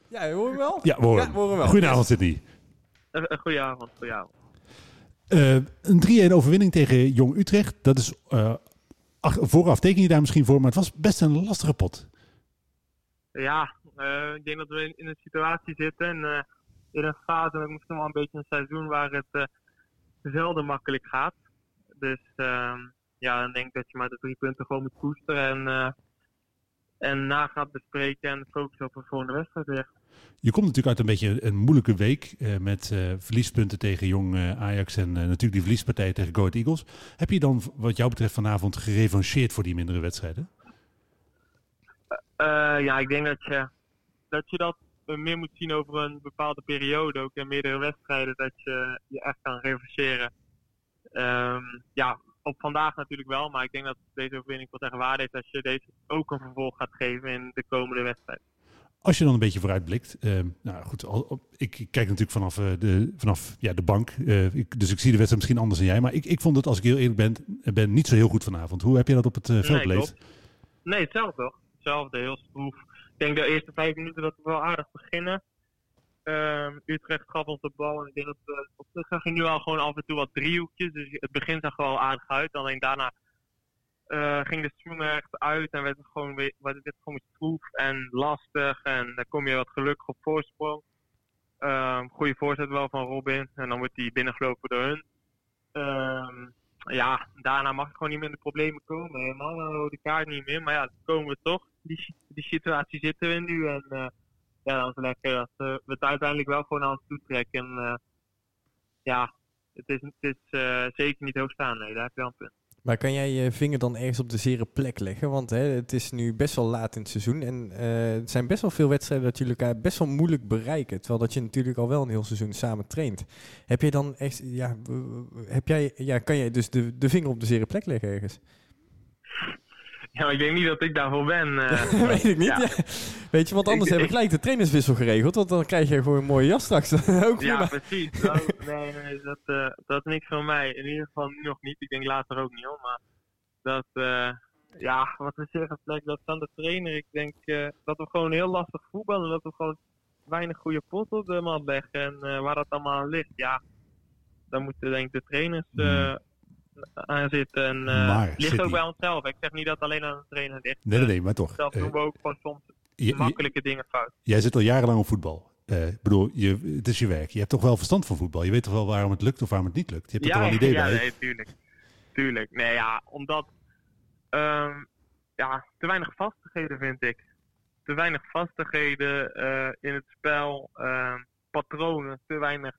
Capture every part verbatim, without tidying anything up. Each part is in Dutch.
Ja, hoor je wel? Ja, we horen, ja, we horen wel. Goedenavond, Sydney. Uh, uh, goedenavond, goedenavond. Uh, een drie-een overwinning tegen Jong Utrecht. Dat is uh, ach, vooraf teken je daar misschien voor, maar het was best een lastige pot. Ja, uh, ik denk dat we in, in een situatie zitten en uh, in een fase, misschien wel een beetje een seizoen waar het uh, zelden makkelijk gaat. Dus uh, ja, dan denk ik dat je maar de drie punten gewoon moet koesteren en, uh, en na gaat bespreken en focussen op een volgende wedstrijd weer. Je komt natuurlijk uit een beetje een moeilijke week uh, met uh, verliespunten tegen Jong uh, Ajax en uh, natuurlijk die verliespartij tegen Go Ahead Eagles. Heb je dan wat jou betreft vanavond gerevancheerd voor die mindere wedstrijden? Uh, ja, ik denk dat je, dat je dat meer moet zien over een bepaalde periode, ook in meerdere wedstrijden, dat je je echt kan revancheren. Um, ja, op vandaag natuurlijk wel, maar ik denk dat deze overwinning wel tegen waarde heeft als je deze ook een vervolg gaat geven in de komende wedstrijd. Als je dan een beetje vooruitblikt, uh, nou goed, al, op, ik, ik kijk natuurlijk vanaf, uh, de, vanaf ja, de bank, uh, ik, dus ik zie de wedstrijd misschien anders dan jij, maar ik, ik vond het, als ik heel eerlijk ben, ben niet zo heel goed vanavond. Hoe heb je dat op het uh, veld beleefd? Nee, nee, hetzelfde toch? Hetzelfde, heel stroef. Ik denk de eerste vijf minuten dat we wel aardig beginnen. Um, Utrecht gaf ons de bal en ik denk dat we op zich zag je nu al gewoon af en toe wat driehoekjes, dus het begin zag er wel aardig uit. Alleen daarna Uh, ging de swing er echt uit en werd het gewoon weer, werd het gewoon weer stroef en lastig. En dan kom je wat gelukkig op voorsprong. Uh, goede voorzet wel van Robin. En dan wordt die binnengelopen door hun. Uh, ja, daarna mag het gewoon niet meer in de problemen komen. Helemaal nou de kaart niet meer. Maar ja, dan komen we toch. Die, die situatie zitten we nu. En uh, ja, dan is het lekker dat uh, we het uiteindelijk wel gewoon aan ons toetrekken. En uh, ja, het is, het is uh, zeker niet hoog staan. Nee, daar heb je wel een punt. Maar kan jij je vinger dan ergens op de zere plek leggen? Want hè, het is nu best wel laat in het seizoen. En uh, het zijn best wel veel wedstrijden dat jullie elkaar best wel moeilijk bereiken. Terwijl dat je natuurlijk al wel een heel seizoen samen traint. Heb je dan echt, ja, heb jij, ja kan jij dus de, de vinger op de zere plek leggen ergens? Ja, maar ik denk niet dat ik daarvoor ben. Uh, Weet ik niet. Ja. Ja. Weet je, want anders ik, hebben we gelijk de trainerswissel geregeld. Want dan krijg je gewoon een mooie jas straks. Ook ja, prima. precies. Oh, nee, nee, dat, uh, dat is niks van mij. In ieder geval nu nog niet. Ik denk later ook niet hoor. Maar dat, uh, ja, wat we zeggen, plek, dat is aan de trainer. Ik denk uh, dat we gewoon heel lastig voetballen. En dat we gewoon weinig goede potten op de mat leggen. En uh, waar dat allemaal aan ligt, ja, dan moeten denk ik de trainers uh, aan zitten. En uh, het ligt ook bij onszelf. Ik zeg niet dat het alleen aan de trainer ligt. Nee, nee, nee, maar toch. Zelf doen we ook gewoon soms je, makkelijke je, dingen fout. Jij zit al jarenlang op voetbal. Ik uh, bedoel, je, het is je werk. Je hebt toch wel verstand van voetbal. Je weet toch wel waarom het lukt of waarom het niet lukt. Je hebt ja, er toch wel een idee ja, bij. Ja, nee, tuurlijk. Tuurlijk. Nee, ja, omdat um, ja, te weinig vastigheden vind ik. Te weinig vastigheden uh, in het spel. Uh, patronen. Te weinig.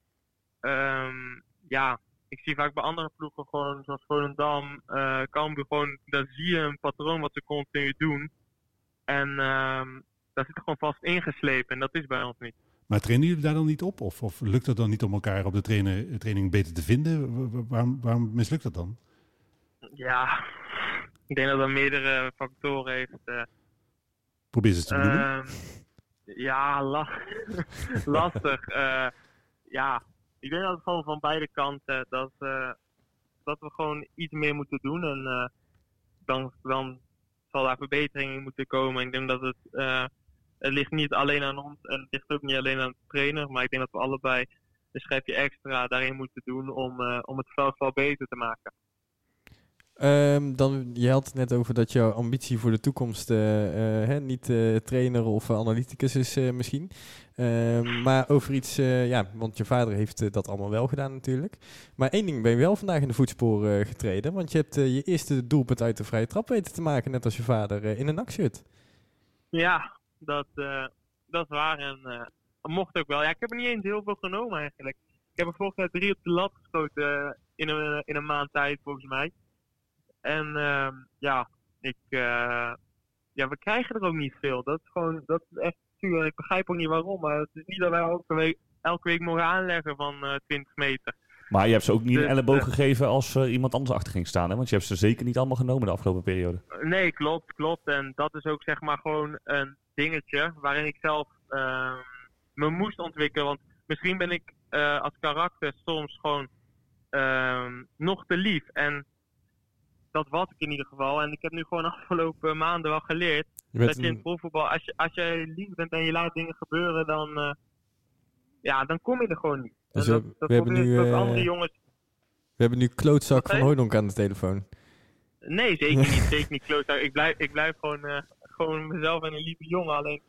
Um, ja, ik zie vaak bij andere ploegen gewoon, zoals Volendam, uh, Cambuur, gewoon, daar zie je een patroon wat ze continu doen. En um, daar zit er gewoon vast ingeslepen en dat is bij ons niet. Maar trainen jullie daar dan niet op? Of, of lukt het dan niet om elkaar op de trainen, training beter te vinden? Waarom, waarom mislukt dat dan? Ja, ik denk dat dat meerdere factoren heeft. Uh, Probeer ze eens te bedoelen. Uh, ja, la- lastig. Uh, ja, ik denk dat het gewoon van beide kanten, dat, uh, dat we gewoon iets meer moeten doen. En uh, dan, dan zal daar verbetering in moeten komen. Ik denk dat het, uh, het ligt niet alleen aan ons en het ligt ook niet alleen aan de trainer. Maar ik denk dat we allebei een schepje extra daarin moeten doen om, uh, om het veldspel beter te maken. Um, dan, je had het net over dat jouw ambitie voor de toekomst uh, uh, hè, niet uh, trainer of uh, analyticus is uh, misschien. Um, maar over iets, uh, ja, want je vader heeft uh, dat allemaal wel gedaan natuurlijk. Maar één ding ben je wel vandaag in de voetsporen uh, getreden. Want je hebt uh, je eerste doelpunt uit de vrije trap weten te maken, net als je vader, uh, in een nakshirt. Ja, dat, uh, dat is waar. En uh, mocht ook wel. Ja, ik heb er niet eens heel veel genomen eigenlijk. Ik heb er volgens mij drie op de lat geschoten uh, in, een, in een maand tijd volgens mij. En uh, ja, ik, uh, ja, we krijgen er ook niet veel. Dat is gewoon, dat is echt zuur. Ik begrijp ook niet waarom, maar het is niet dat wij elke week, elke week mogen aanleggen van uh, twintig meter. Maar je hebt ze ook niet dus, een elleboog uh, gegeven als uh, iemand anders achter ging staan, hè? Want je hebt ze zeker niet allemaal genomen de afgelopen periode. Nee, klopt, klopt. En dat is ook zeg maar gewoon een dingetje waarin ik zelf uh, me moest ontwikkelen. Want misschien ben ik uh, als karakter soms gewoon uh, nog te lief. En dat was ik in ieder geval. En ik heb nu gewoon de afgelopen maanden wel geleerd Je Dat bent je in het een, profvoetbal, als je, als je lief bent en je laat dingen gebeuren, dan, uh, ja, dan kom je er gewoon niet. Dus en we, dat, dat we hebben nu, ook uh, andere jongens. We hebben nu klootzak Wat van zei je? Hooydonk aan de telefoon. Nee, zeker niet. Zeker niet klootzak. Ik blijf, ik blijf gewoon, uh, gewoon mezelf en een lieve jongen. Alleen,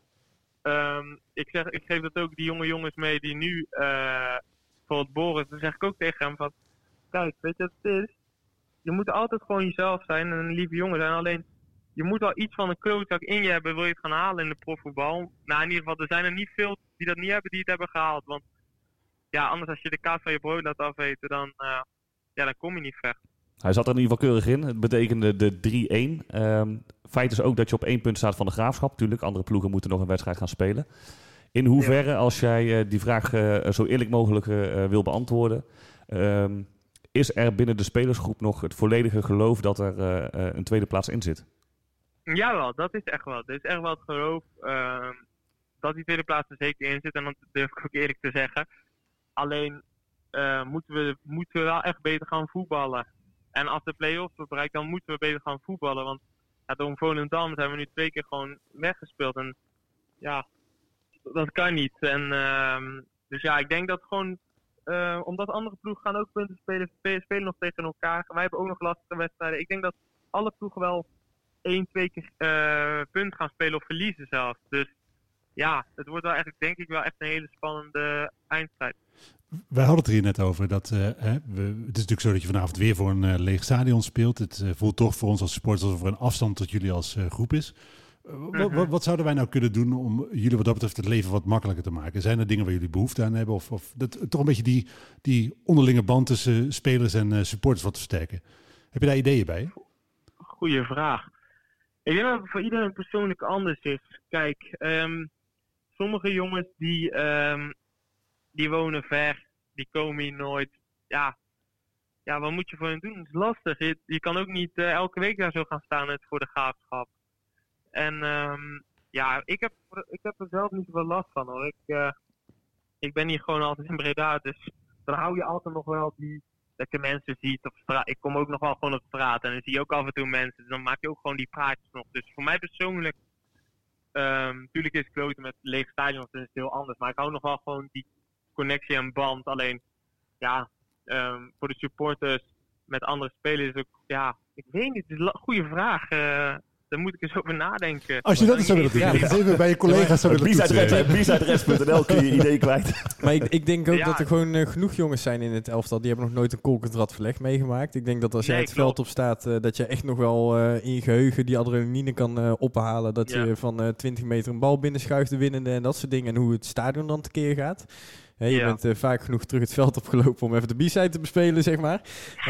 um, ik, zeg, ik geef dat ook die jonge jongens mee die nu, uh, bijvoorbeeld Boris, dan zeg ik ook tegen hem van, kijk, weet je wat het is? Je moet altijd gewoon jezelf zijn en een lieve jongen zijn. Alleen, je moet wel iets van een klootzak in je hebben, wil je het gaan halen in de profvoetbal. Nou, in ieder geval, er zijn er niet veel die dat niet hebben, die het hebben gehaald. Want ja, anders als je de kaas van je brood laat afeten, dan, uh, ja, dan kom je niet ver. Hij zat er in ieder geval keurig in. Het betekende de drie-een. Um, feit is ook dat je op één punt staat van de Graafschap. Tuurlijk, andere ploegen moeten nog een wedstrijd gaan spelen. In hoeverre, ja. als jij uh, die vraag uh, zo eerlijk mogelijk uh, wil beantwoorden, um, is er binnen de spelersgroep nog het volledige geloof dat er uh, uh, een tweede plaats in zit? Jawel, dat is echt wel. Er is echt wel het geloof uh, dat die tweede plaats er zeker in zit. En dat durf ik ook eerlijk te zeggen. Alleen uh, moeten, we, moeten we wel echt beter gaan voetballen. En als de play-offs we bereiken, dan moeten we beter gaan voetballen. Want ja, door Volendam zijn we nu twee keer gewoon weggespeeld. En ja, dat kan niet. En, uh, dus ja, ik denk dat gewoon, uh, omdat andere ploegen gaan ook punten spelen, spelen nog tegen elkaar. Wij hebben ook nog lastige wedstrijden. Ik denk dat alle ploegen wel één, twee keer uh, punten gaan spelen of verliezen zelfs. Dus ja, het wordt wel eigenlijk, denk ik, wel echt een hele spannende eindstrijd. Wij hadden het er hier net over. Dat, uh, hè, we, het is natuurlijk zo dat je vanavond weer voor een uh, leeg stadion speelt. Het uh, voelt toch voor ons als supporters alsof er een afstand tot jullie als uh, groep is. Uh, mm-hmm. wat, wat zouden wij nou kunnen doen om jullie wat dat betreft het leven wat makkelijker te maken? Zijn er dingen waar jullie behoefte aan hebben? Of, of dat, toch een beetje die, die onderlinge band tussen spelers en uh, supporters wat te versterken? Heb je daar ideeën bij? Goeie vraag. Ik denk dat het voor iedereen persoonlijk anders is. Kijk, um, sommige jongens die, um, die wonen ver, die komen hier nooit. Ja, ja, wat moet je voor hen doen? Het is lastig. Je, je kan ook niet uh, elke week daar zo gaan staan het voor de Graafschap. En um, ja, ik heb, ik heb er zelf niet zoveel last van hoor. Ik, uh, ik ben hier gewoon altijd in Breda, dus dan hou je altijd nog wel die, dat je mensen ziet op straat. Ik kom ook nog wel gewoon op straat en dan zie je ook af en toe mensen. Dus dan maak je ook gewoon die praatjes nog. Dus voor mij persoonlijk, um, natuurlijk is het kloten met leeg stadion, dat is heel anders. Maar ik hou nog wel gewoon die connectie en band. Alleen, ja, um, voor de supporters met andere spelers is ook, ja, ik weet niet, het is een goede vraag. Uh, Daar moet ik eens over nadenken. Als je dat eens zou willen doen, ja, ja. even bij je collega's zou willen toetsen. Bies punt n l kun je idee kwijt. Maar ik, ik denk ook ja. dat er gewoon uh, genoeg jongens zijn in het elftal. Die hebben nog nooit een kolkendrad verleg meegemaakt. Ik denk dat als jij nee, het klopt. veld op staat, uh, dat je echt nog wel uh, in je geheugen die adrenaline kan uh, ophalen. Dat ja. je van uh, twintig meter een bal binnenschuift, de winnende en dat soort dingen. En hoe het stadion dan tekeer gaat. He, je ja. bent uh, vaak genoeg terug het veld opgelopen om even de B-side te bespelen, zeg maar.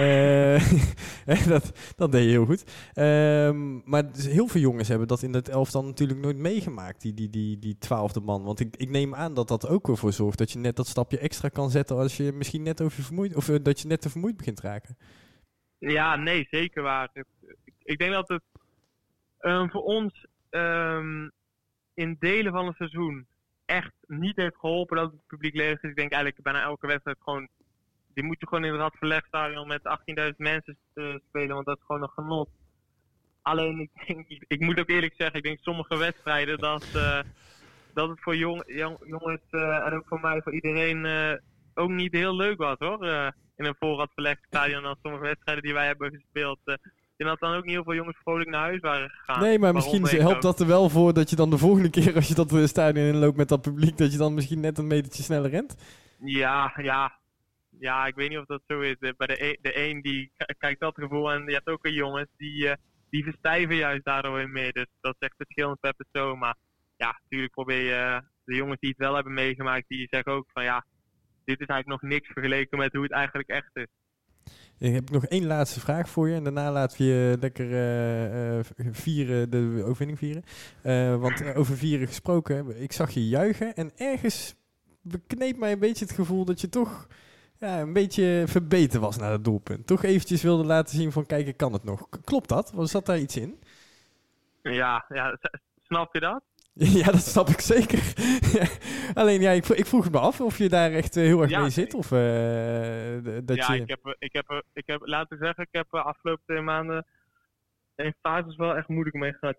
Uh, dat, dat deed je heel goed. Um, maar heel veel jongens hebben dat in het elftal natuurlijk nooit meegemaakt, die, die, die, die twaalfde man. Want ik, ik neem aan dat dat ook ervoor zorgt dat je net dat stapje extra kan zetten als je misschien net over je vermoeid, of uh, dat je net te vermoeid begint te raken. Ja, nee, zeker waar. Ik, ik denk dat het um, voor ons um, in delen van het seizoen echt niet heeft geholpen dat het publiek leeg is. Ik denk eigenlijk bijna elke wedstrijd gewoon, die moet je gewoon in het Radverlegstadion met achttienduizend mensen uh, spelen, want dat is gewoon een genot. Alleen, ik, denk, ik, ik moet ook eerlijk zeggen, ik denk sommige wedstrijden dat, uh, dat het voor jong, jong, jongens uh, en ook voor mij, voor iedereen uh, ook niet heel leuk was hoor. Uh, in een vol Radverlegstadion dan sommige wedstrijden die wij hebben gespeeld. Uh, En dat dan ook niet heel veel jongens vrolijk naar huis waren gegaan. Nee, maar misschien helpt dat er wel voor dat je dan de volgende keer als je dat stadion inloopt met dat publiek, dat je dan misschien net een metertje sneller rent? Ja, ja. Ja, ik weet niet of dat zo is. Bij de een, de een die k- kijkt dat gevoel en je hebt ook weer jongens die, uh, die verstijven juist daardoor weer mee. Dus dat is echt verschillend per persoon. Maar ja, natuurlijk probeer je uh, de jongens die het wel hebben meegemaakt, die zeggen ook van ja, dit is eigenlijk nog niks vergeleken met hoe het eigenlijk echt is. Ik heb nog één laatste vraag voor je. En daarna laten we je lekker uh, uh, vieren, de overwinning vieren. Uh, want uh, over vieren gesproken, ik zag je juichen. En ergens bekneep mij een beetje het gevoel dat je toch ja, een beetje verbeterd was naar het doelpunt. Toch eventjes wilde laten zien van kijk, ik kan het nog. Klopt dat? Zat daar iets in? Ja, ja, snap je dat? Ja, dat snap ik zeker. Alleen, ja, ik, ik vroeg me af of je daar echt uh, heel erg ja, mee zit. Of, uh, dat ja, je... ik heb, ik heb, ik heb, laten we zeggen, ik heb de afgelopen twee maanden in fases wel echt moeilijk mee gehad, ja.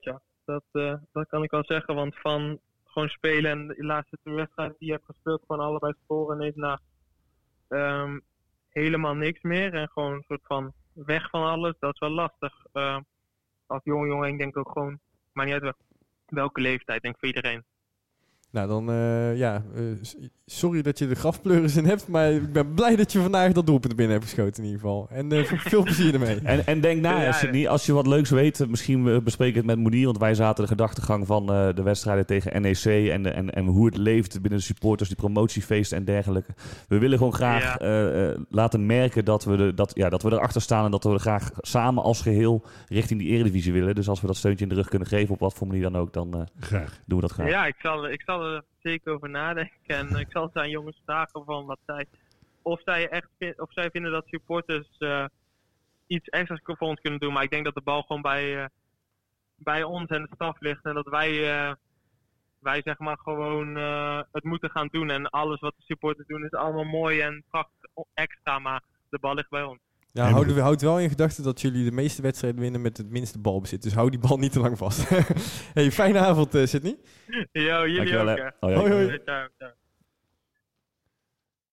Dat, uh, dat kan ik wel zeggen, want van gewoon spelen en de laatste twee wedstrijden die je hebt gespeeld, gewoon allebei scoren ineens na um, helemaal niks meer. En gewoon een soort van weg van alles, dat is wel lastig. Uh, als jonge jongen, ik denk ook gewoon, maakt niet uit welke leeftijd, denk ik voor iedereen. Nou, dan uh, ja, uh, sorry dat je de grafpleuris in hebt, maar ik ben blij dat je vandaag dat doelpunt binnen hebt geschoten in ieder geval. En uh, veel plezier ermee. En, en denk na, ja, Sydney, als je wat leuks weet, misschien bespreken het met Monier, want wij zaten de gedachtegang van uh, de wedstrijden tegen N E C en, de, en, en hoe het leeft binnen de supporters, die promotiefeesten en dergelijke. We willen gewoon graag ja. uh, uh, laten merken dat we, de, dat, ja, dat we erachter staan en dat we er graag samen als geheel richting die Eredivisie willen. Dus als we dat steuntje in de rug kunnen geven, op wat voor manier dan ook, dan uh, graag. doen we dat graag. Ja, ik zal, ik zal er zeker over nadenken. En ik zal het aan jongens vragen van wat zij, of zij echt of zij vinden dat supporters uh, iets extra's voor ons kunnen doen. Maar ik denk dat de bal gewoon bij, uh, bij ons en de staf ligt. En dat wij, uh, wij zeg maar gewoon uh, het moeten gaan doen. En alles wat de supporters doen is allemaal mooi en prachtig extra. Maar de bal ligt bij ons. Ja, houd, houd wel in gedachten dat jullie de meeste wedstrijden winnen met het minste balbezit. Dus hou die bal niet te lang vast. Hey, fijne avond, uh, Sydney. Yo, jullie Dankjewel, ook. Hoi, hoi. hoi. Ciao, ciao.